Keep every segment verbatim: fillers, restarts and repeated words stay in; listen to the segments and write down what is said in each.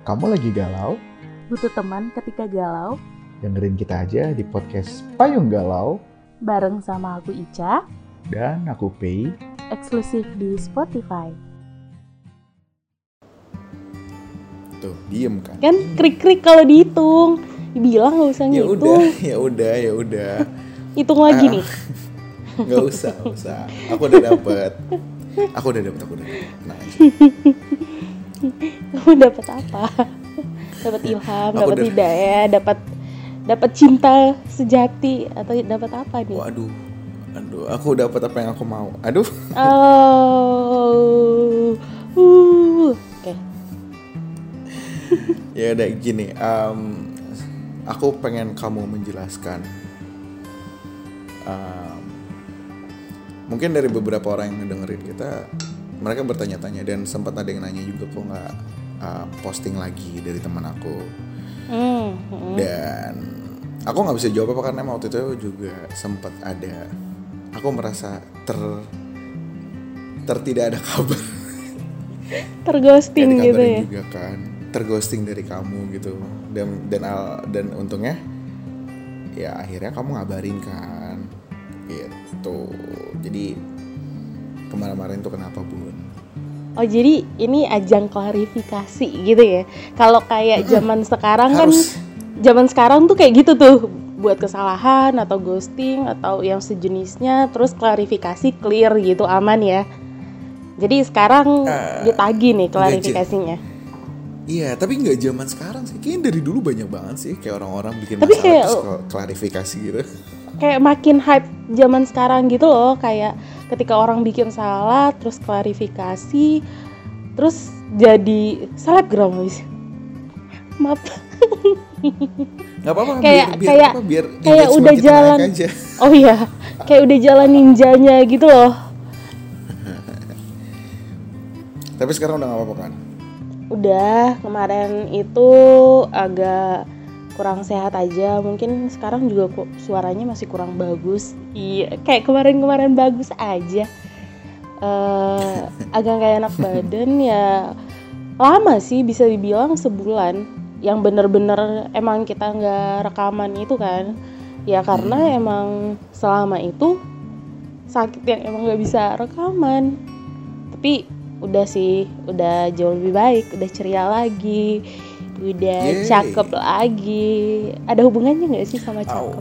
Kamu lagi galau? Butuh teman ketika galau? Dengerin kita aja di podcast Payung Galau. Bareng sama aku Ica. Dan aku Pei. Eksklusif di Spotify. Tuh, diem kan? Kan krik-krik kalau dihitung. Dibilang gak usah Ya ngitung. udah, ya udah, ya udah. Hitung lagi Ah, nih. Gak usah, gak usah. Aku udah dapet. Aku udah dapet, aku udah dapet. Nah, aja. Kamu dapat apa? Dapat ilham, Aku dapat udah- hidayah, dapat dapat cinta sejati atau dapat apa nih? Waduh, aduh, aku dapet apa yang aku mau. Aduh, Oh. Uh. Oke. ya udah gini. em, aku pengen kamu menjelaskan. Em, mungkin dari beberapa orang yang ngedengerin kita, mereka bertanya-tanya dan sempat ada yang nanya juga kok nggak uh, posting lagi dari teman aku. Hmm. hmm. Dan aku nggak bisa jawab apa karena emang waktu itu juga sempat ada, aku merasa ter ter tidak ada kabar, Terghosting Tidak gitu dikabarin ya. juga kan, terghosting dari kamu gitu. Dan dan al- dan untungnya ya akhirnya kamu ngabarin kan, gitu. Jadi kemarin-kemarin tuh kenapa Bun? Oh jadi ini ajang klarifikasi gitu ya. Kalau kayak zaman sekarang kan, Harus. zaman sekarang tuh kayak gitu tuh, buat kesalahan atau ghosting atau yang sejenisnya, terus klarifikasi clear gitu, aman ya. Jadi sekarang Eh, ditagi nih enggak, klarifikasinya. Iya, tapi nggak zaman sekarang sih. Kayaknya dari dulu banyak banget sih kayak orang-orang bikin Tapi masalah kayak- terus kl- klarifikasi gitu. Kayak makin hype zaman sekarang gitu loh, kayak ketika orang bikin salah terus klarifikasi, terus jadi selebgram guys. Maaf. Nggak apa-apa, Kayak- biar biar kayak- apa, biar kayak engagement udah kita jalan. naik aja. Oh iya, kayak udah jalan ninjanya gitu loh. Tapi sekarang udah nggak apa-apa kan? Udah, kemarin itu agak kurang sehat aja. Mungkin sekarang juga kok suaranya masih kurang bagus. Iya, kayak kemarin-kemarin bagus aja. Eh, agak gak enak badan ya. Lama sih, bisa dibilang sebulan. Yang bener-bener emang kita gak rekaman itu kan. Ya karena emang selama itu sakit yang emang gak bisa rekaman. Tapi udah sih, udah jauh lebih baik, udah ceria lagi, udah Yeay. cakep lagi. Ada hubungannya nggak sih sama cakep?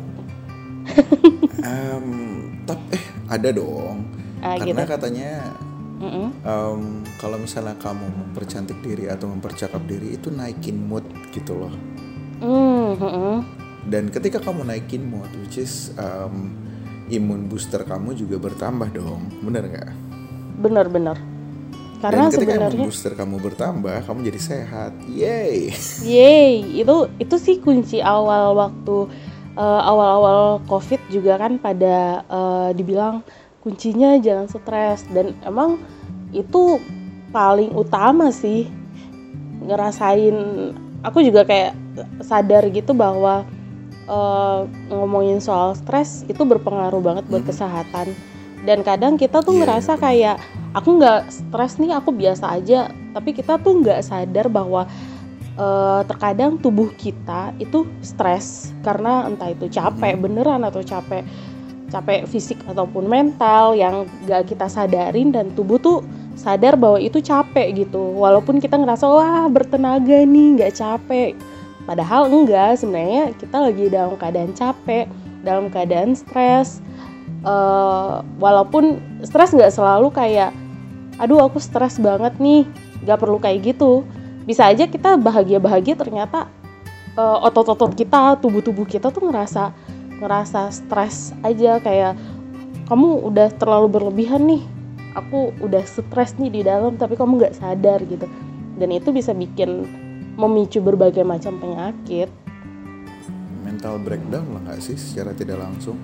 Em, tapi eh ada dong. Ah, Karena gitu. katanya Mm-mm. em, kalau misalnya kamu mempercantik diri atau mempercakap diri itu naikin mood gitu loh. Mm, mm-mm. Dan ketika kamu naikin mood, which is em, imun booster kamu juga bertambah dong, bener nggak? Bener-bener. Karena Dan ketika imun sebenarnya, booster kamu bertambah, kamu jadi sehat. Yeay. yeay, itu itu sih kunci awal waktu eh, awal-awal COVID juga kan pada eh, dibilang kuncinya jangan stres, dan emang itu paling utama sih. Ngerasain, aku juga kayak sadar gitu bahwa eh, ngomongin soal stres itu berpengaruh banget buat Mhm. kesehatan. Dan kadang kita tuh Iya, ngerasa iya, kayak aku nggak stres nih, aku biasa aja. Tapi kita tuh nggak sadar bahwa eh, terkadang tubuh kita itu stres karena entah itu capek Mhm. beneran atau capek capek fisik ataupun mental yang nggak kita sadarin, dan tubuh tuh sadar bahwa itu capek gitu. Walaupun kita ngerasa wah bertenaga nih, nggak capek. Padahal enggak, sebenarnya kita lagi dalam keadaan capek, dalam keadaan stres. Eh, walaupun stres nggak selalu kayak, aduh aku stres banget nih, nggak perlu kayak gitu. Bisa aja kita bahagia-bahagia, ternyata eh, otot-otot kita, tubuh-tubuh kita tuh ngerasa ngerasa stres aja, kayak kamu udah terlalu berlebihan nih, aku udah stres nih di dalam, tapi kamu nggak sadar gitu. Dan itu bisa bikin memicu berbagai macam penyakit. Mental breakdown lah nggak sih secara tidak langsung?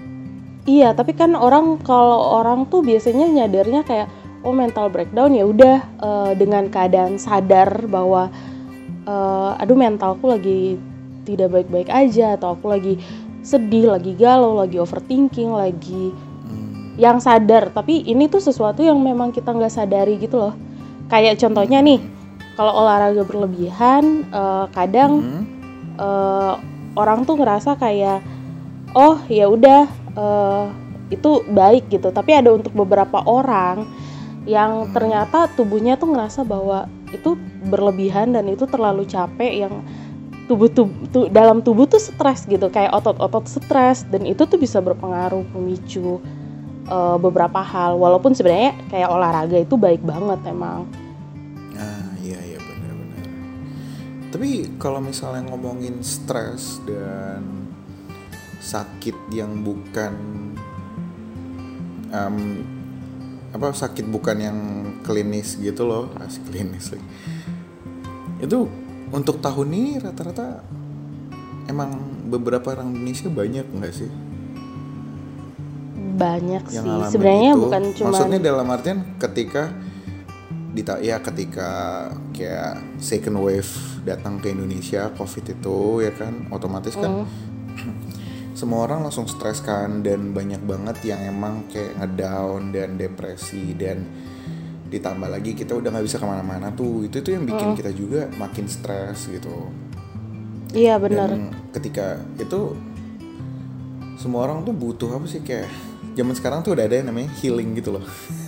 Iya, tapi kan orang kalau orang tuh biasanya nyadarnya kayak oh mental breakdown ya udah eh, dengan keadaan sadar bahwa eh, aduh mentalku lagi tidak baik-baik aja, atau aku lagi sedih, lagi galau, lagi overthinking, lagi Hmm. yang sadar. Tapi ini tuh sesuatu yang memang kita nggak sadari gitu loh. Kayak contohnya nih, kalau olahraga berlebihan uh, kadang Hmm. uh, orang tuh ngerasa kayak oh ya udah uh, itu baik gitu, tapi ada untuk beberapa orang yang ternyata tubuhnya tuh ngerasa bahwa itu berlebihan dan itu terlalu capek, yang tubuh tubuh dalam tubuh tuh stres gitu, kayak otot-otot stres, dan itu tuh bisa berpengaruh memicu uh, beberapa hal, walaupun sebenarnya kayak olahraga itu baik banget emang. Ah iya iya benar-benar. Tapi kalau misalnya ngomongin stres dan sakit yang bukan um, apa sakit bukan yang klinis gitu loh, asik klinis lagi. Itu untuk tahun ini rata-rata emang beberapa orang Indonesia banyak nggak sih Banyak yang sih ngalamin sebenarnya, itu? bukan cuma Maksudnya dalam artian ketika dita ya ketika kayak second wave datang ke Indonesia COVID itu ya kan, otomatis kan semua orang langsung stres kan, dan banyak banget yang emang kayak ngedown dan depresi, dan ditambah lagi kita udah nggak bisa kemana-mana tuh, itu tuh yang bikin kita juga makin stres gitu. iya benar. Dan ketika itu semua orang tuh butuh apa sih, kayak zaman sekarang tuh udah ada yang namanya healing gitu loh.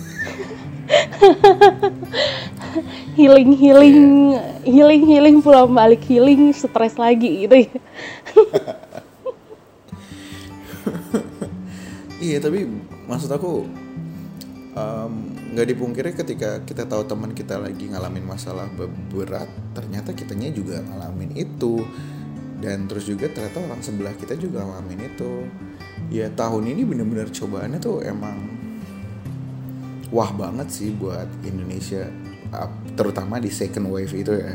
healing healing healing healing pulang balik healing, stres lagi gitu ya. Iya, tapi maksud aku nggak um, dipungkiri ketika kita tahu teman kita lagi ngalamin masalah berat, ternyata kitanya juga ngalamin itu, dan terus juga ternyata orang sebelah kita juga ngalamin itu. Ya tahun ini bener-bener cobaannya tuh emang wah banget sih buat Indonesia, terutama di second wave itu ya.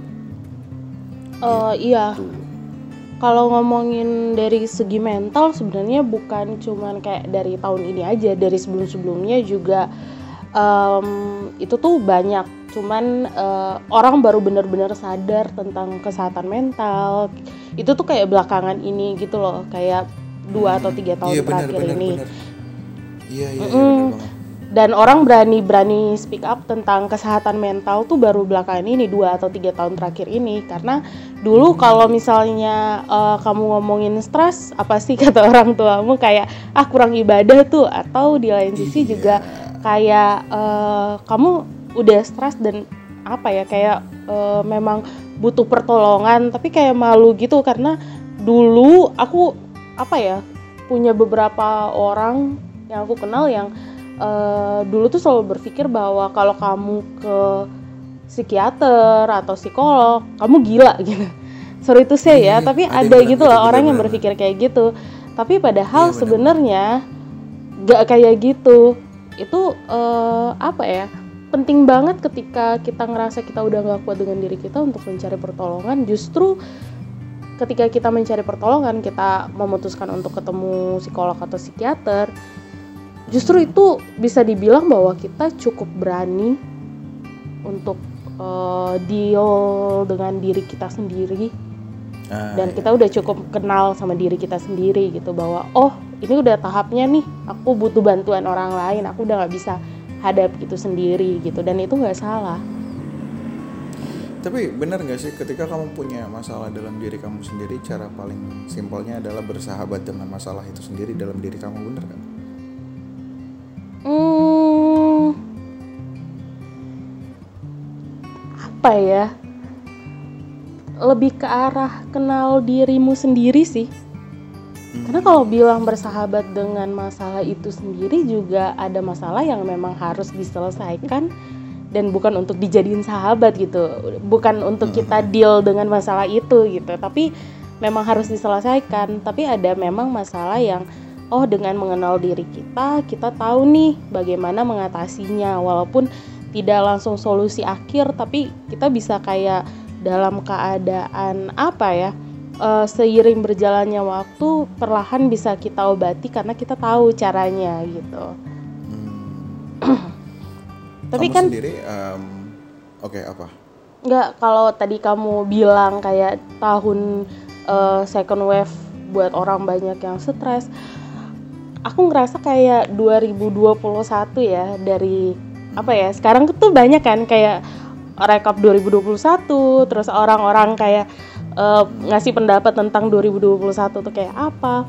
Oh Gitu. iya, kalau ngomongin dari segi mental sebenarnya bukan cuman kayak dari tahun ini aja, dari sebelum-sebelumnya juga um, itu tuh banyak. Cuman uh, orang baru benar-benar sadar tentang kesehatan mental itu tuh kayak belakangan ini gitu loh, kayak dua atau tiga tahun Iya benar terakhir benar ini. benar. Iya iya, iya Mm-mm. benar banget. Dan orang berani-berani speak up tentang kesehatan mental tuh baru belakangan ini, dua atau tiga tahun terakhir ini. Karena dulu kalau misalnya uh, kamu ngomongin stres, apa sih kata orang tuamu, kayak ah kurang ibadah tuh. Atau di lain sisi Iya. juga kayak uh, kamu udah stres dan apa ya, kayak uh, memang butuh pertolongan, tapi kayak malu gitu. Karena dulu aku apa ya, punya beberapa orang yang aku kenal yang Uh, dulu tuh selalu berpikir bahwa kalau kamu ke psikiater atau psikolog kamu gila gitu. Sorry itu saya ya, Iya, tapi ada yang ada bilang gitu gitu, loh orang yang benar-benar. berpikir kayak gitu. Tapi Iya, padahal benar. sebenarnya gak kayak gitu. Itu uh, apa ya, penting banget ketika kita ngerasa kita udah gak kuat dengan diri kita untuk mencari pertolongan. Justru ketika kita mencari pertolongan, kita memutuskan untuk ketemu psikolog atau psikiater, justru itu bisa dibilang bahwa kita cukup berani untuk uh, deal dengan diri kita sendiri. Ah, Dan iya. kita udah cukup kenal sama diri kita sendiri gitu, bahwa oh ini udah tahapnya nih, aku butuh bantuan orang lain, aku udah gak bisa hadapi itu sendiri gitu. Dan itu gak salah. Tapi benar gak sih ketika kamu punya masalah dalam diri kamu sendiri, cara paling simpelnya adalah bersahabat dengan masalah itu sendiri dalam diri kamu, bener gak? Hmm, apa ya? Lebih ke arah kenal dirimu sendiri sih. Karena kalau bilang bersahabat dengan masalah itu sendiri, juga ada masalah yang memang harus diselesaikan dan bukan untuk dijadiin sahabat gitu. Bukan untuk kita deal dengan masalah itu gitu, tapi memang harus diselesaikan. Tapi ada memang masalah yang oh dengan mengenal diri kita, kita tahu nih bagaimana mengatasinya, walaupun tidak langsung solusi akhir, tapi kita bisa kayak dalam keadaan apa ya, e, seiring berjalannya waktu perlahan bisa kita obati karena kita tahu caranya gitu. Hmm. Tapi Kamu kan sendiri um, oke okay, apa? nggak, kalau tadi kamu bilang kayak tahun e, second wave buat orang banyak yang stres, aku ngerasa kayak dua ribu dua puluh satu ya, dari apa ya, sekarang tuh banyak kan kayak rekap dua ribu dua puluh satu, terus orang-orang kayak uh, ngasih pendapat tentang dua ribu dua puluh satu tuh kayak apa.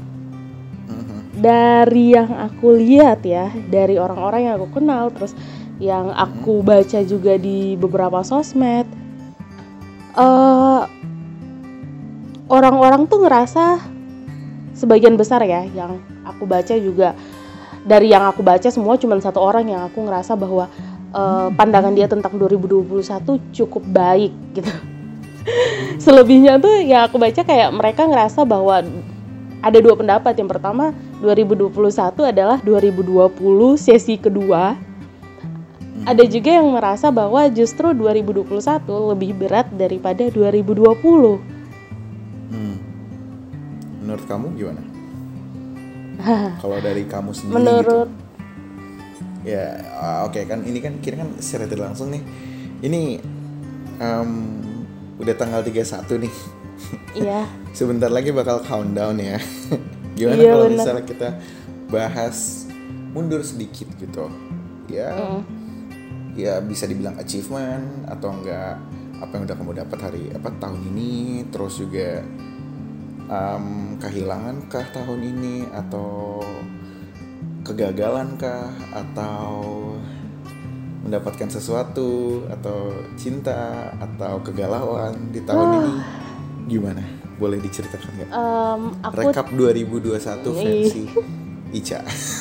Dari yang aku lihat ya, dari orang-orang yang aku kenal, terus yang aku baca juga di beberapa sosmed, uh, orang-orang tuh ngerasa, sebagian besar ya yang aku baca juga, dari yang aku baca semua cuma satu orang yang aku ngerasa bahwa uh, pandangan dia tentang dua ribu dua puluh satu cukup baik gitu. Selebihnya tuh yang aku baca kayak mereka ngerasa bahwa ada dua pendapat. Yang pertama, dua ribu dua puluh satu adalah dua ribu dua puluh sesi kedua. Ada juga yang merasa bahwa justru dua ribu dua puluh satu lebih berat daripada dua ribu dua puluh. Hmm. Menurut kamu gimana? Kalau dari kamu sendiri Menurut gitu. Ya, uh, oke okay, kan ini kan kira kan secara tidak langsung nih. Ini um, udah tanggal tiga puluh satu nih. Iya. Sebentar lagi bakal countdown ya. Gimana iya, kalau bener. misalnya kita bahas mundur sedikit gitu. Ya. Mm. Ya bisa dibilang achievement atau enggak apa yang udah kamu dapat hari apa tahun ini, terus juga um, kehilangan kah tahun ini, atau kegagalan kah, atau mendapatkan sesuatu, atau cinta, atau kegalauan di tahun Wah. ini, gimana? Boleh diceritakan nggak? Um, aku... Rekap dua ribu dua puluh satu versi Ica.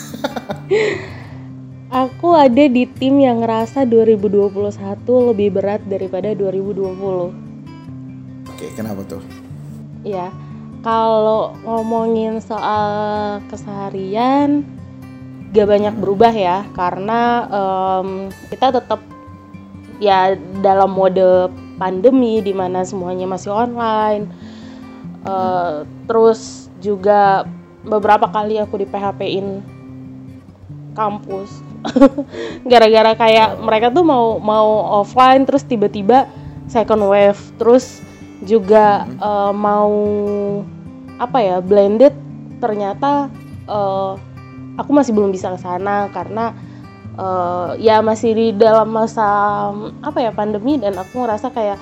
Aku ada di tim yang ngerasa dua ribu dua puluh satu lebih berat daripada dua ribu dua puluh. Oke, kenapa tuh? Ya, kalau ngomongin soal keseharian gak banyak berubah ya, karena um, kita tetap ya dalam mode pandemi di mana semuanya masih online. Uh, terus juga beberapa kali aku di P H P-in kampus gara-gara kayak mereka tuh mau mau offline terus tiba-tiba second wave, terus juga mm-hmm. uh, mau apa ya blended, ternyata uh, aku masih belum bisa ke sana karena uh, ya masih di dalam masa apa ya pandemi, dan aku ngerasa kayak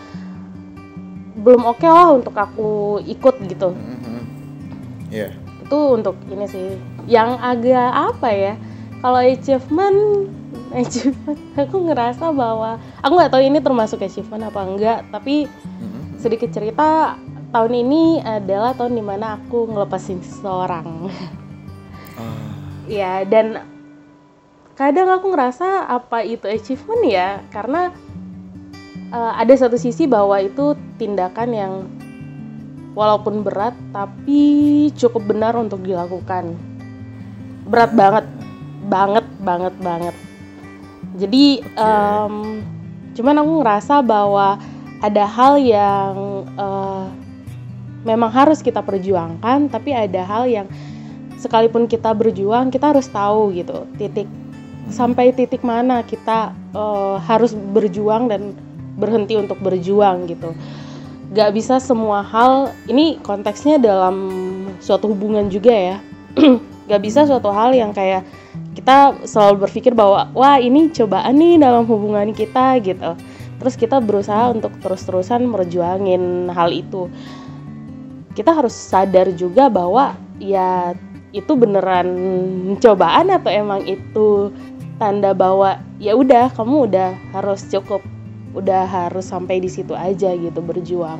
belum oke okay lah untuk aku ikut gitu. Mm-hmm. Yeah. Itu untuk ini sih yang agak apa ya. Kalau achievement, achievement, aku ngerasa bahwa aku nggak tahu ini termasuk achievement apa enggak, tapi mm-hmm. sedikit cerita, tahun ini adalah tahun dimana aku ngelepasin seseorang. Uh. Ya, dan kadang aku ngerasa apa itu achievement ya, karena uh, ada satu sisi bahwa itu tindakan yang walaupun berat tapi cukup benar untuk dilakukan. Berat banget. banget banget banget jadi okay. um, cuman aku ngerasa bahwa ada hal yang uh, memang harus kita perjuangkan, tapi ada hal yang sekalipun kita berjuang kita harus tahu gitu titik sampai titik mana kita uh, harus berjuang dan berhenti untuk berjuang gitu. Gak bisa semua hal, ini konteksnya dalam suatu hubungan juga ya. Gak bisa suatu hal yang kayak kita selalu berpikir bahwa wah ini cobaan nih dalam hubungan kita gitu, terus kita berusaha untuk terus-terusan merjuangin hal itu. Kita harus sadar juga bahwa ya itu beneran cobaan atau emang itu tanda bahwa ya udah kamu udah harus cukup, udah harus sampai di situ aja gitu berjuang.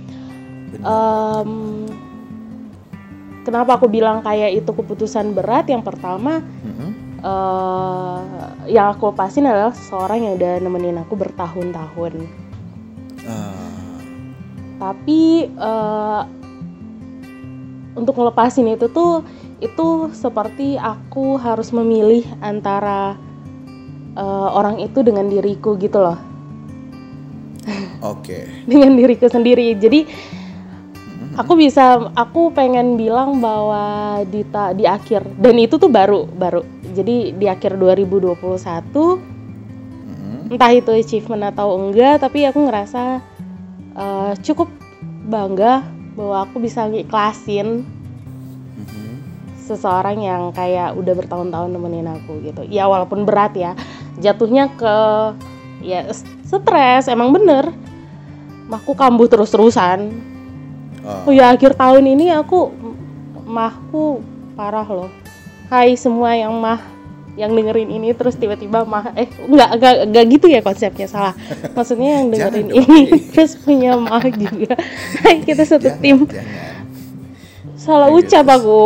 Um, kenapa aku bilang kayak itu keputusan berat? Yang pertama, mm-hmm. uh, yang aku lepasin adalah seseorang yang udah nemenin aku bertahun-tahun. Uh. Tapi uh, untuk ngelepasin itu tuh, itu seperti aku harus memilih antara uh, orang itu dengan diriku gitu loh. Oke. Okay. Dengan diriku sendiri. Jadi aku bisa, aku pengen bilang bahwa di ta, di akhir, dan itu tuh baru baru. Jadi di akhir dua ribu dua puluh satu, mm-hmm. entah itu achievement atau enggak, tapi aku ngerasa uh, cukup bangga bahwa aku bisa ngiklasin mm-hmm. seseorang yang kayak udah bertahun-tahun nemenin aku gitu. Ya walaupun berat ya, jatuhnya ke ya stres, emang bener. Mahku kambuh terus-terusan. Oh, Oh ya, akhir tahun ini aku mahku parah loh. Hai semua yang mah yang dengerin ini terus tiba-tiba mah eh enggak enggak enggak gitu ya konsepnya, salah. Maksudnya yang dengerin Jangan dong, ini Ki. terus punya mah juga. Hai, kita satu jangan, tim. jangan. Salah Kayak ucap gitu. aku.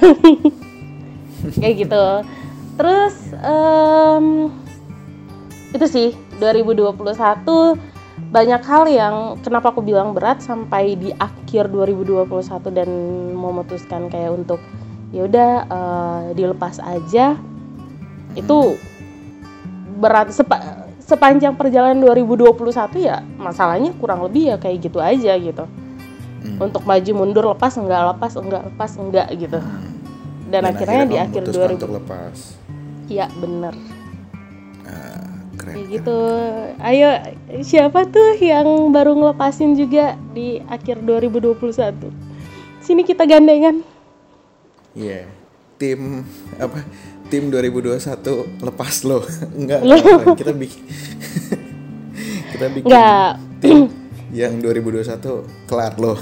Kayak gitu. Terus em, itu sih dua ribu dua puluh satu banyak hal yang kenapa aku bilang berat sampai di akhir dua ribu dua puluh satu dan memutuskan kayak untuk ya udah eh, dilepas aja. Itu berat sepa- sepanjang perjalanan dua ribu dua puluh satu ya masalahnya kurang lebih ya kayak gitu aja gitu. Hmm. Untuk maju mundur, lepas enggak, lepas enggak, lepas enggak gitu. Dan, akhirnya, di kamu akhir memutuskan dua ribu untuk lepas. ya bener Ah, keren. kayak gitu. Ayo, siapa tuh yang baru ngelepasin juga di akhir dua ribu dua puluh satu? Sini kita gandengan. Iya. Tim apa? Tim dua ribu dua puluh satu lepas lo. Enggak, Loh. enggak, kita bikin kita bikin Enggak. tim yang dua ribu dua puluh satu kelar lo.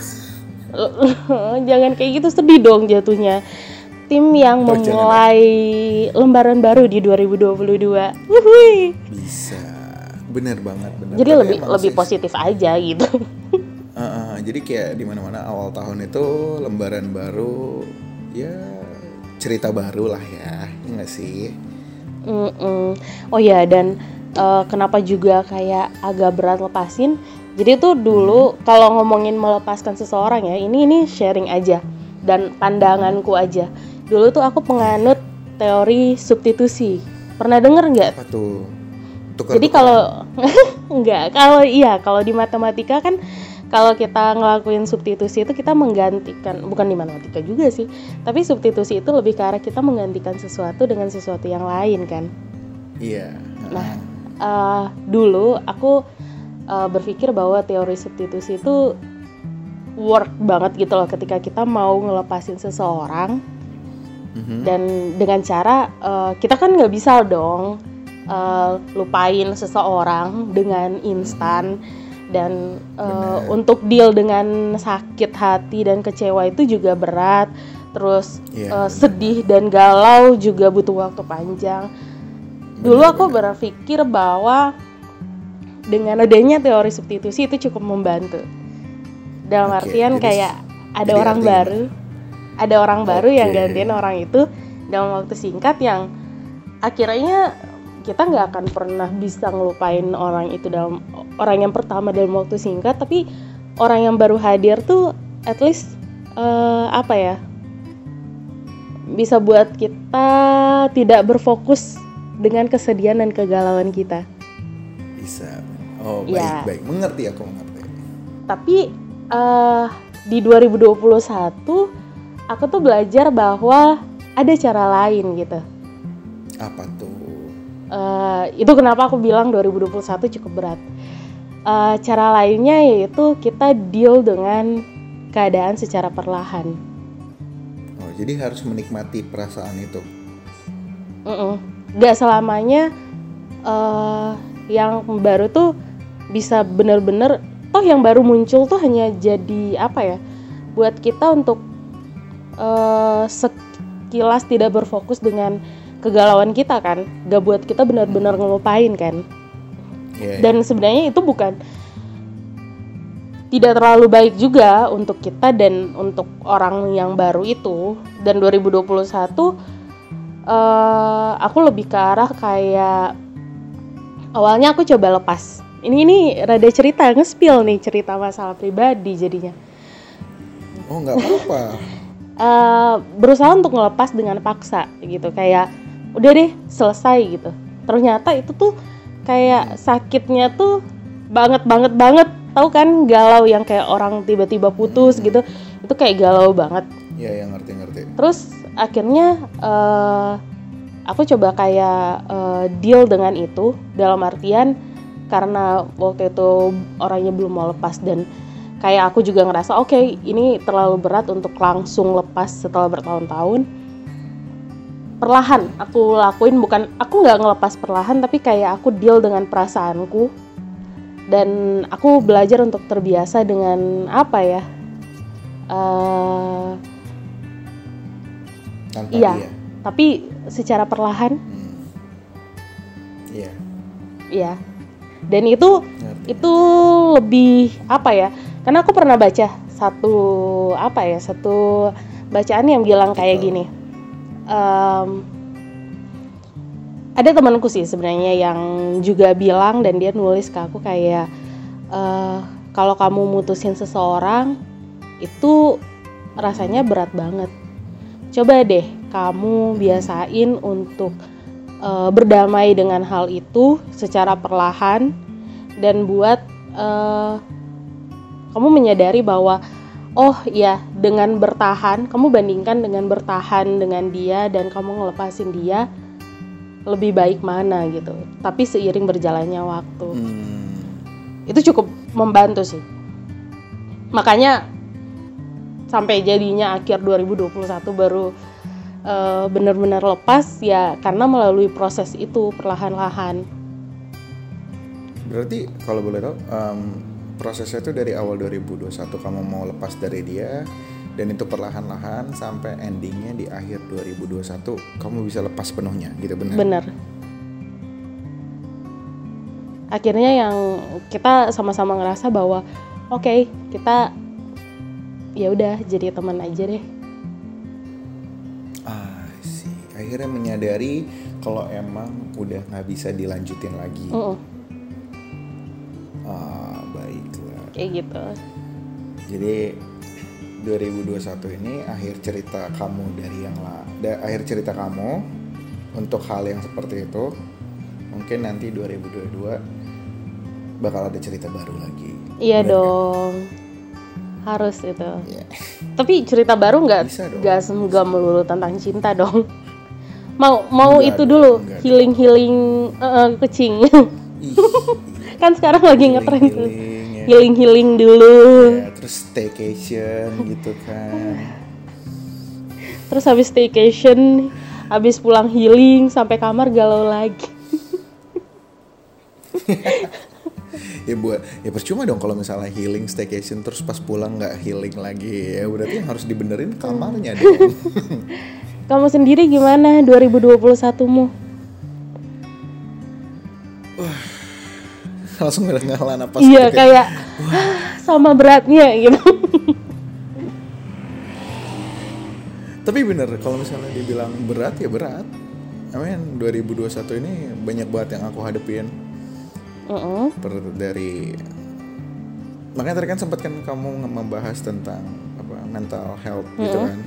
Jangan kayak gitu, sedih dong jatuhnya. Tim yang Oh, jangan. memulai lembaran baru di dua ribu dua puluh dua. Wuhui. Bisa. Bener banget, bener. Jadi Tapi lebih emang lebih sih, positif aja gitu. uh, uh, jadi kayak di mana-mana awal tahun itu lembaran baru, ya cerita baru lah ya, ya nggak sih? Mm-mm. Oh ya, dan eh, kenapa juga kayak agak berat lepasin. Jadi tuh dulu kalau ngomongin melepaskan seseorang ya, ini ini sharing aja dan pandanganku aja. Dulu tuh aku penganut teori substitusi. Pernah denger nggak? Apa tuh? Tukar-tukaran. Jadi kalau enggak, kalau iya, kalau di matematika kan kalau kita ngelakuin substitusi itu kita menggantikan, bukan di matematika juga sih, tapi substitusi itu lebih ke arah kita menggantikan sesuatu dengan sesuatu yang lain kan. Iya. Nah, uh, dulu aku uh, berpikir bahwa teori substitusi itu work banget gitu loh ketika kita mau ngelepasin seseorang. Mhm. Dan dengan cara uh, kita kan nggak bisa dong uh, lupain seseorang dengan instan. Dan uh, untuk deal dengan sakit hati dan kecewa itu juga berat. Terus Iya, uh, benar. sedih dan galau juga butuh waktu panjang. Dulu Benar, aku benar. berpikir bahwa dengan adanya teori substitusi itu cukup membantu. Dalam Oke, artian jadi- kayak ada jadi orang artinya baru, ada orang baru yang Oke. gantiin orang itu dalam waktu singkat yang akhirnya kita nggak akan pernah bisa ngelupain orang itu dalam orang yang pertama dalam waktu singkat, tapi orang yang baru hadir tuh at least eh, apa ya, bisa buat kita tidak berfokus dengan kesedihan dan kegalauan kita. Bisa. Oh, Ya. baik-baik. Mengerti aku, mengerti. Tapi eh, di dua ribu dua puluh satu aku tuh belajar bahwa ada cara lain gitu. Apa tuh? Eh, itu kenapa aku bilang dua ribu dua puluh satu cukup berat. Eh, cara lainnya yaitu kita deal dengan keadaan secara perlahan. Oh, jadi harus menikmati perasaan itu. Mm-mm. Gak selamanya eh, yang baru tuh bisa bener-bener, toh yang baru muncul tuh hanya jadi apa ya, buat kita untuk eh, sekilas tidak berfokus dengan kegalauan kita kan, gak buat kita benar-benar ngelupain kan. Iya, Dan sebenarnya itu bukan, tidak terlalu baik juga untuk kita dan untuk orang yang baru itu. Dan dua ribu dua puluh satu eh, aku lebih ke arah kayak awalnya aku coba lepas. Ini ini rada cerita nge-spill nih, cerita masalah pribadi jadinya. Oh, nggak apa-apa. Eh, berusaha untuk ngelepas dengan paksa gitu, kayak udah deh selesai gitu. Ternyata itu tuh kayak sakitnya tuh banget banget banget, tahu kan galau yang kayak orang tiba-tiba putus gitu, itu kayak galau banget. Iya, yang ngerti-ngerti. Terus akhirnya eh, aku coba kayak eh, deal dengan itu, dalam artian karena waktu itu orangnya belum mau lepas dan kayak aku juga ngerasa oke okay, ini terlalu berat untuk langsung lepas setelah bertahun-tahun. Perlahan aku lakuin, bukan aku nggak ngelepas perlahan, tapi kayak aku deal dengan perasaanku Dan aku belajar untuk terbiasa dengan apa ya, uh, tanpa iya, dia. Tapi secara perlahan. Hmm. Iya. Iya. Dan itu Ngerti. itu lebih apa ya? Karena aku pernah baca satu apa ya, satu bacaan yang bilang kayak gini. Um, ada temanku sih sebenarnya yang juga bilang, dan dia nulis ke aku kayak uh, kalau kamu mutusin seseorang itu rasanya berat banget. Coba deh kamu biasain untuk uh, berdamai dengan hal itu secara perlahan, dan buat uh, kamu menyadari bahwa oh iya, dengan bertahan, kamu bandingkan dengan bertahan dengan dia dan kamu ngelepasin dia, lebih baik mana gitu. Tapi seiring berjalannya waktu, hmm. itu cukup membantu sih. Makanya sampai jadinya akhir dua ribu dua puluh satu baru uh, benar-benar lepas ya, karena melalui proses itu perlahan-lahan. Berarti kalau boleh tahu, um, prosesnya itu dari awal dua ribu dua puluh satu kamu mau lepas dari dia, dan itu perlahan-lahan sampai endingnya di akhir dua ribu dua puluh satu kamu bisa lepas penuhnya gitu, benar? Benar. Akhirnya yang kita sama-sama ngerasa bahwa oke, okay, kita ya udah jadi teman aja deh. Ah sih, akhirnya menyadari kalau emang udah nggak bisa dilanjutin lagi. Uh-uh. Ah baiklah. Kayak gitu. Jadi dua ribu dua puluh satu ini akhir cerita kamu dari yang lah, da, akhir cerita kamu untuk hal yang seperti itu. Mungkin nanti dua ribu dua puluh dua bakal ada cerita baru lagi. Iya dong. Kan? Harus itu. Yeah. Tapi cerita baru nggak nggak semoga melulu tentang cinta dong. Mau mau enggak itu dong, dulu healing healing uh, kucing. Kan sekarang lagi ngetren tuh. Ya. Healing healing dulu. Ya, terus staycation gitu kan. Terus habis staycation, habis pulang healing sampai kamar galau lagi. ya buat ya percuma dong kalau misalnya healing staycation terus pas pulang nggak healing lagi, ya berarti yang harus dibenerin kamarnya dong. Kamu sendiri gimana dua ribu dua puluh satu mu? Wah, langsung ngalah napas. Iya gitu, kayak wah, sama beratnya gitu. Tapi bener kalau misalnya dibilang berat ya berat. I mean dua ribu dua puluh satu ini banyak banget yang aku hadepin. Uh-uh. Dari makanya tadi kan sempat kan kamu membahas tentang apa mental health uh-uh. gitu kan.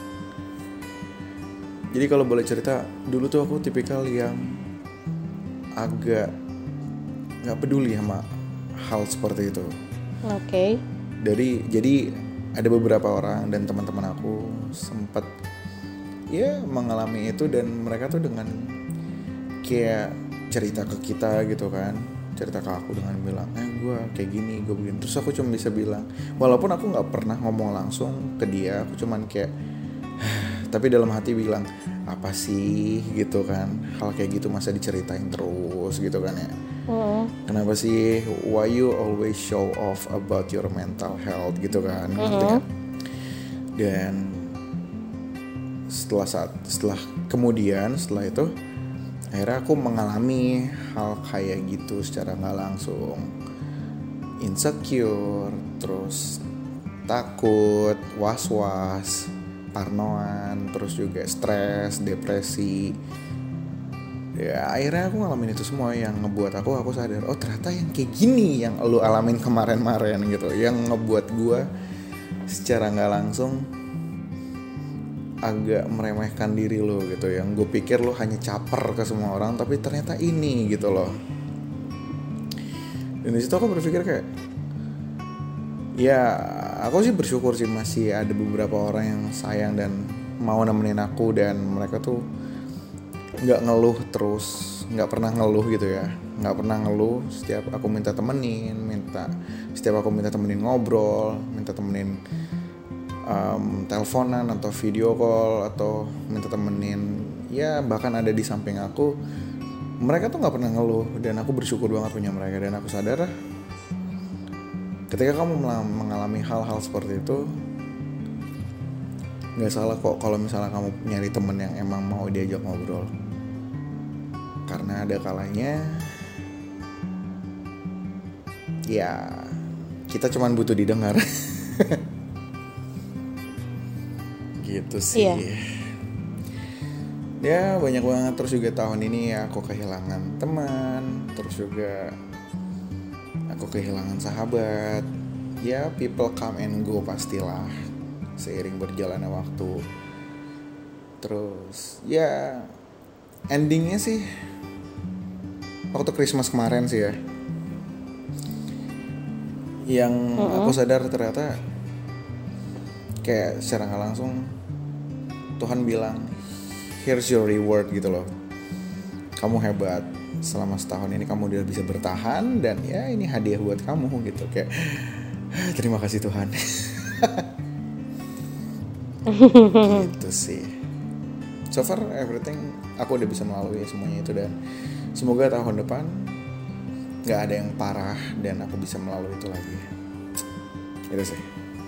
Jadi kalau boleh cerita, dulu tuh aku tipikal yang agak nggak peduli sama hal seperti itu. Oke. Okay. Dari jadi ada beberapa orang dan teman-teman aku sempat ya mengalami itu, dan mereka tuh dengan kayak cerita ke kita gitu kan, cerita ke aku dengan bilang, eh gue kayak gini, gue begini. Terus aku cuma bisa bilang, walaupun aku nggak pernah ngomong langsung ke dia, aku cuman kayak tapi dalam hati bilang, apa sih gitu kan, hal kayak gitu masa diceritain terus gitu kan ya. Uh. Kenapa sih, why you always show off about your mental health gitu kan, uh-huh. gitu kan. Dan setelah saat setelah kemudian setelah itu akhirnya aku mengalami hal kayak gitu secara nggak langsung, insecure, terus takut, was-was, parnoan, terus juga stres, depresi. Ya akhirnya aku ngalamin itu semua yang ngebuat aku aku sadar, oh ternyata yang kayak gini yang lu alamin kemarin-kemarin gitu, yang ngebuat gue secara nggak langsung agak meremehkan diri lo gitu. Yang gue pikir lo hanya caper ke semua orang, tapi ternyata ini gitu loh. Dan disitu aku berpikir kayak, ya aku sih bersyukur sih masih ada beberapa orang yang sayang dan mau nemenin aku, dan mereka tuh nggak ngeluh terus, nggak pernah ngeluh gitu ya, nggak pernah ngeluh setiap aku minta temenin, minta setiap aku minta temenin ngobrol, minta temenin um, teleponan atau video call, atau minta temenin ya bahkan ada di samping aku, mereka tuh nggak pernah ngeluh. Dan aku bersyukur banget punya mereka, dan aku sadar ketika kamu mengalami hal-hal seperti itu, nggak salah kok kalau misalnya kamu nyari temen yang emang mau diajak ngobrol. Karena ada kalanya ya kita cuman butuh didengar. Gitu sih. Iya. Ya banyak banget. Terus juga tahun ini ya aku kehilangan teman. Terus juga aku kehilangan sahabat. Ya people come and go pastilah seiring berjalannya waktu. Terus ya endingnya sih waktu Christmas kemarin sih ya, yang uh-uh. aku sadar ternyata kayak secara gak langsung Tuhan bilang here's your reward gitu loh. Kamu hebat, selama setahun ini kamu udah bisa bertahan, dan ya ini hadiah buat kamu gitu. Kayak terima kasih Tuhan. Gitu sih. So far everything aku udah bisa melalui semuanya itu, dan semoga tahun depan gak ada yang parah dan aku bisa melalui itu lagi. Itu sih.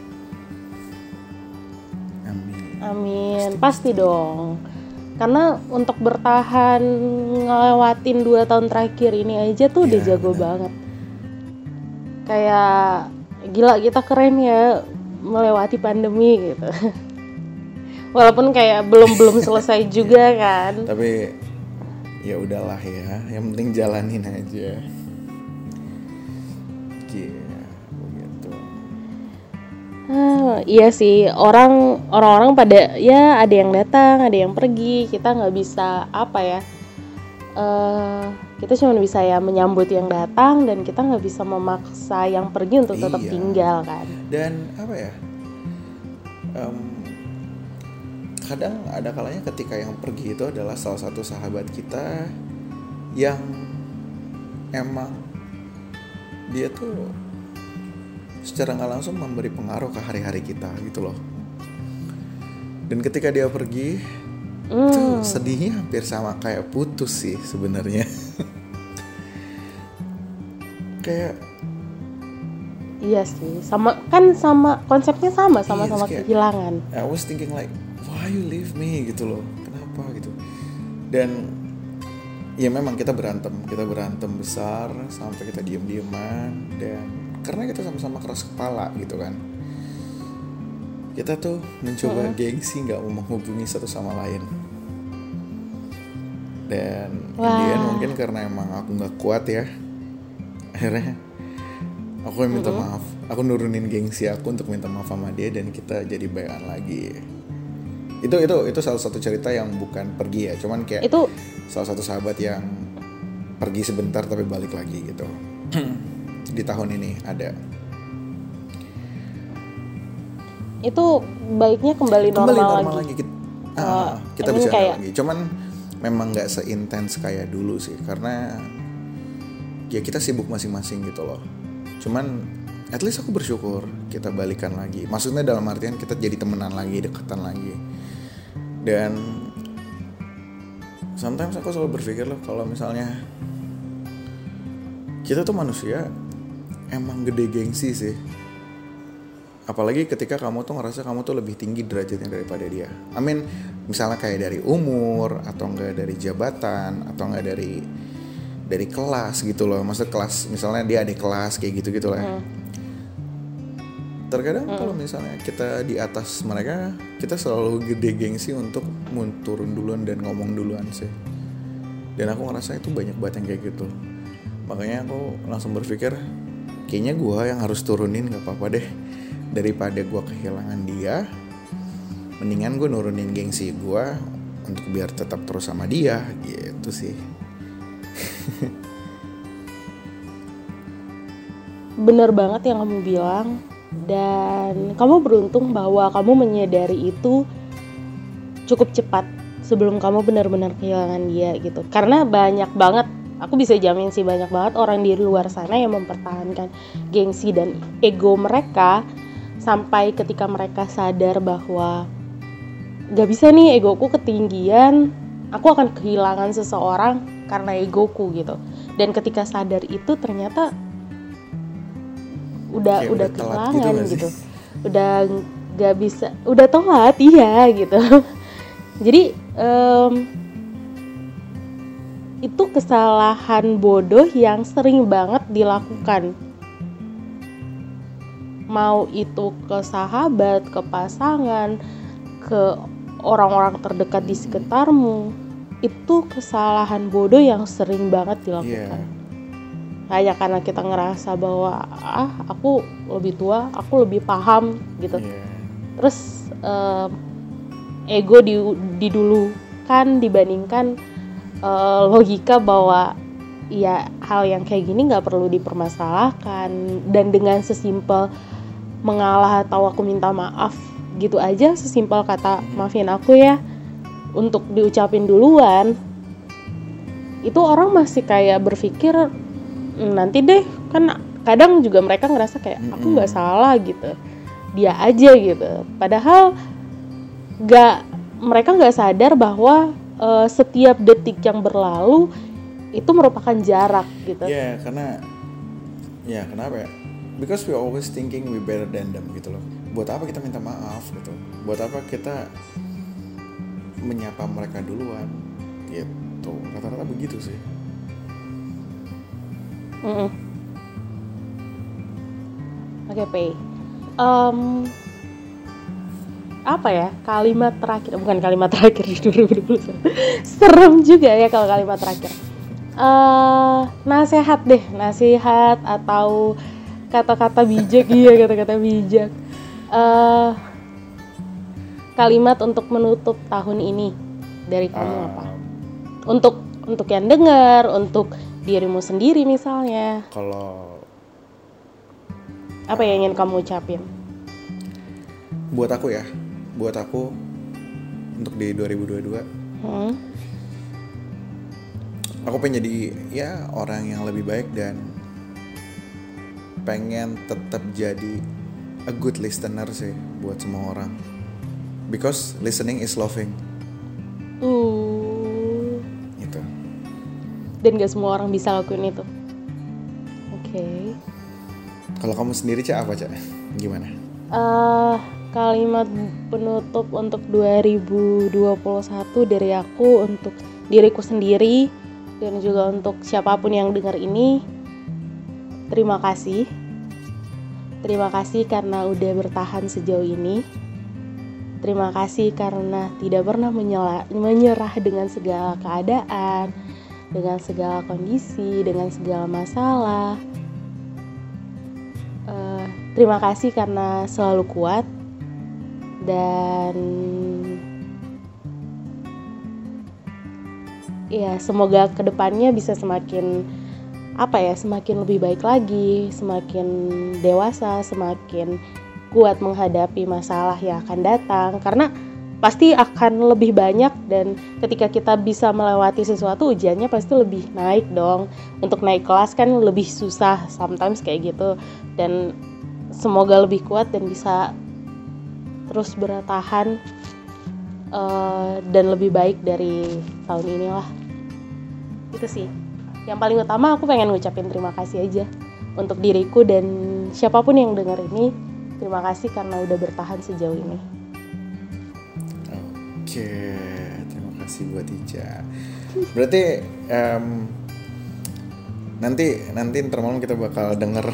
Amin. Amin. Pasti, Pasti dong. Karena untuk bertahan ngelewatin dua tahun terakhir ini aja tuh ya, udah jago bener. banget. Kayak gila, kita keren ya melewati pandemi gitu. Walaupun kayak belum-belum selesai juga kan. Tapi ya udahlah ya, yang penting jalanin aja. Iya, begitu. Ah, iya sih, orang orang-orang pada ya ada yang datang, ada yang pergi. Kita nggak bisa apa ya? Uh, kita cuma bisa ya menyambut yang datang, dan kita nggak bisa memaksa yang pergi untuk tetap iya. tinggal kan. Dan apa ya? Um, kadang ada kalanya ketika yang pergi itu adalah salah satu sahabat kita yang emang dia tuh secara gak langsung memberi pengaruh ke hari-hari kita gitu loh. Dan ketika dia pergi mm. tuh sedihnya hampir sama kayak putus sih sebenarnya. Kayak iya sih, sama kan, sama konsepnya sama, sama-sama yes, kehilangan. I was thinking like, why you leave me gitu loh, kenapa gitu. Dan ya memang kita berantem, kita berantem besar sampai kita diem-dieman, dan karena kita sama-sama keras kepala gitu kan, kita tuh mencoba mm-hmm. gengsi nggak mau menghubungi satu sama lain. Dan wow. in the end mungkin karena emang aku nggak kuat ya, akhirnya aku yang minta mm-hmm. maaf, aku nurunin gengsi aku untuk minta maaf sama dia, dan kita jadi baikan lagi. Itu itu itu salah satu cerita yang bukan pergi ya, cuman kayak itu salah satu sahabat yang pergi sebentar tapi balik lagi gitu. Di tahun ini ada. Itu baiknya kembali normal, kembali normal lagi. lagi. Kita, uh, uh, kita bisa kayak... lagi. Cuman memang nggak seintens kayak dulu sih, karena ya kita sibuk masing-masing gitu loh. Cuman at least aku bersyukur kita balikan lagi. Maksudnya dalam artian kita jadi temenan lagi, deketan lagi. Dan sometimes aku selalu berpikir loh, kalau misalnya kita tuh manusia emang gede gengsi sih. Apalagi ketika kamu tuh ngerasa kamu tuh lebih tinggi derajatnya daripada dia. I mean, misalnya kayak dari umur, atau enggak dari jabatan, atau enggak dari dari kelas gitu loh. Maksud kelas, misalnya dia adik kelas kayak gitu-gitu lah. Hmm. Terkadang hmm. kalau misalnya kita di atas mereka, kita selalu gede gengsi untuk turun duluan dan ngomong duluan sih. Dan aku ngerasa itu banyak banget yang kayak gitu. Makanya aku langsung berpikir, kayaknya gue yang harus turunin, gak apa-apa deh. Daripada gue kehilangan dia, mendingan gue nurunin gengsi gue untuk biar tetap terus sama dia, gitu sih. Bener banget yang kamu bilang. Dan kamu beruntung bahwa kamu menyadari itu cukup cepat sebelum kamu benar-benar kehilangan dia gitu. Karena banyak banget, aku bisa jamin sih banyak banget orang di luar sana yang mempertahankan gengsi dan ego mereka sampai ketika mereka sadar bahwa gak bisa nih, egoku ketinggian, aku akan kehilangan seseorang karena egoku gitu. Dan ketika sadar itu ternyata udah Kayak udah udah telat kehilangan gitu nggak sih? gitu. Udah nggak bisa, udah telat iya gitu. Jadi em, itu kesalahan bodoh yang sering banget dilakukan. Mau itu ke sahabat, ke pasangan, ke orang-orang terdekat di sekitarmu, itu kesalahan bodoh yang sering banget dilakukan. Iya. Hanya karena kita ngerasa bahwa ah aku lebih tua, aku lebih paham gitu. Iya. Terus em, ego di, didulukan dibandingkan eh, logika bahwa ya hal yang kayak gini nggak perlu dipermasalahkan, dan dengan sesimpel mengalah atau aku minta maaf gitu aja, sesimpel kata maafin aku ya, untuk diucapin duluan, itu orang masih kayak berpikir "Hmm, nanti deh", kan kadang juga mereka ngerasa kayak aku nggak salah gitu, dia aja gitu. Padahal nggak, mereka nggak sadar bahwa uh, setiap detik yang berlalu itu merupakan jarak gitu. Iya, yeah, karena ya kenapa ya? Because we always thinking we better than them gitu loh. Buat apa kita minta maaf gitu? Buat apa kita menyapa mereka duluan? Gitu. Rata-rata begitu sih. Mm-mm. Oke, Pei. Um, apa ya kalimat terakhir? Bukan kalimat terakhir di dua ribu dua puluh satu. Serem juga ya kalau kalimat terakhir. Uh, nasihat deh, nasihat atau kata-kata bijak, iya kata-kata bijak. Uh, kalimat untuk menutup tahun ini dari kamu Um, apa? Untuk untuk yang dengar, untuk dirimu sendiri misalnya. Kalau Apa yang ingin kamu ucapin? buat aku ya, buat aku untuk di dua ribu dua puluh dua, Hmm? aku pengen jadi ya orang yang lebih baik dan pengen tetap jadi a good listener sih buat semua orang. Because listening is loving. Uh, Gitu. dan gak semua orang bisa lakuin itu. Oke. Okay. Kalau kamu sendiri Cak apa Cak? Gimana? Uh, kalimat penutup untuk dua ribu dua puluh satu dari aku untuk diriku sendiri dan juga untuk siapapun yang dengar ini, terima kasih. Terima kasih karena udah bertahan sejauh ini. Terima kasih karena tidak pernah menyela, menyerah dengan segala keadaan, dengan segala kondisi, dengan segala masalah. Uh, terima kasih karena selalu kuat. Dan ya semoga kedepannya bisa semakin apa ya, semakin lebih baik lagi, semakin dewasa, semakin kuat menghadapi masalah yang akan datang, karena pasti akan lebih banyak, dan ketika kita bisa melewati sesuatu, ujiannya pasti lebih naik dong. Untuk naik kelas kan lebih susah sometimes kayak gitu, dan semoga lebih kuat dan bisa terus bertahan uh, dan lebih baik dari tahun inilah. Itu sih yang paling utama. Aku pengen ngucapin terima kasih aja untuk diriku dan siapapun yang dengar ini. Terima kasih karena udah bertahan sejauh ini. Oke, terima kasih buat Ica. Berarti um, nanti nanti ntar malam kita bakal denger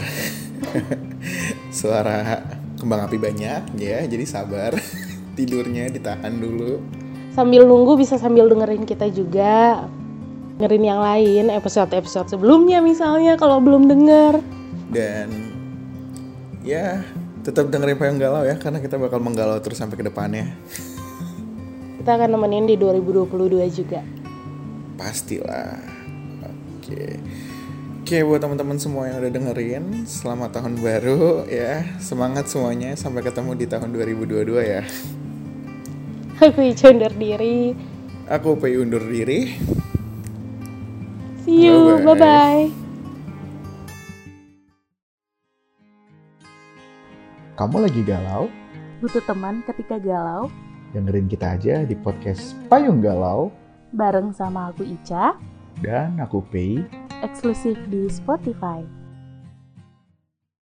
suara kembang api banyak ya, jadi sabar. Tidurnya ditahan dulu. Sambil nunggu bisa sambil dengerin kita juga, dengerin yang lain, episode-episode sebelumnya misalnya kalau belum denger. Dan ya tetap dengerin Payung Galau ya, karena kita bakal menggalau terus sampai ke depannya. Kita akan nemenin di dua ribu dua puluh dua juga. Pastilah. Oke. Oke, buat teman-teman semua yang udah dengerin, selamat tahun baru ya. Semangat semuanya, sampai ketemu di tahun dua ribu dua puluh dua ya. Aku Ica undur diri. Aku Pei undur diri. See you, bye bye. Kamu lagi galau? Butuh teman ketika galau? Dengerin kita aja di podcast Payung Galau. Bareng sama aku Ica. Dan aku Pei. Eksklusif di Spotify.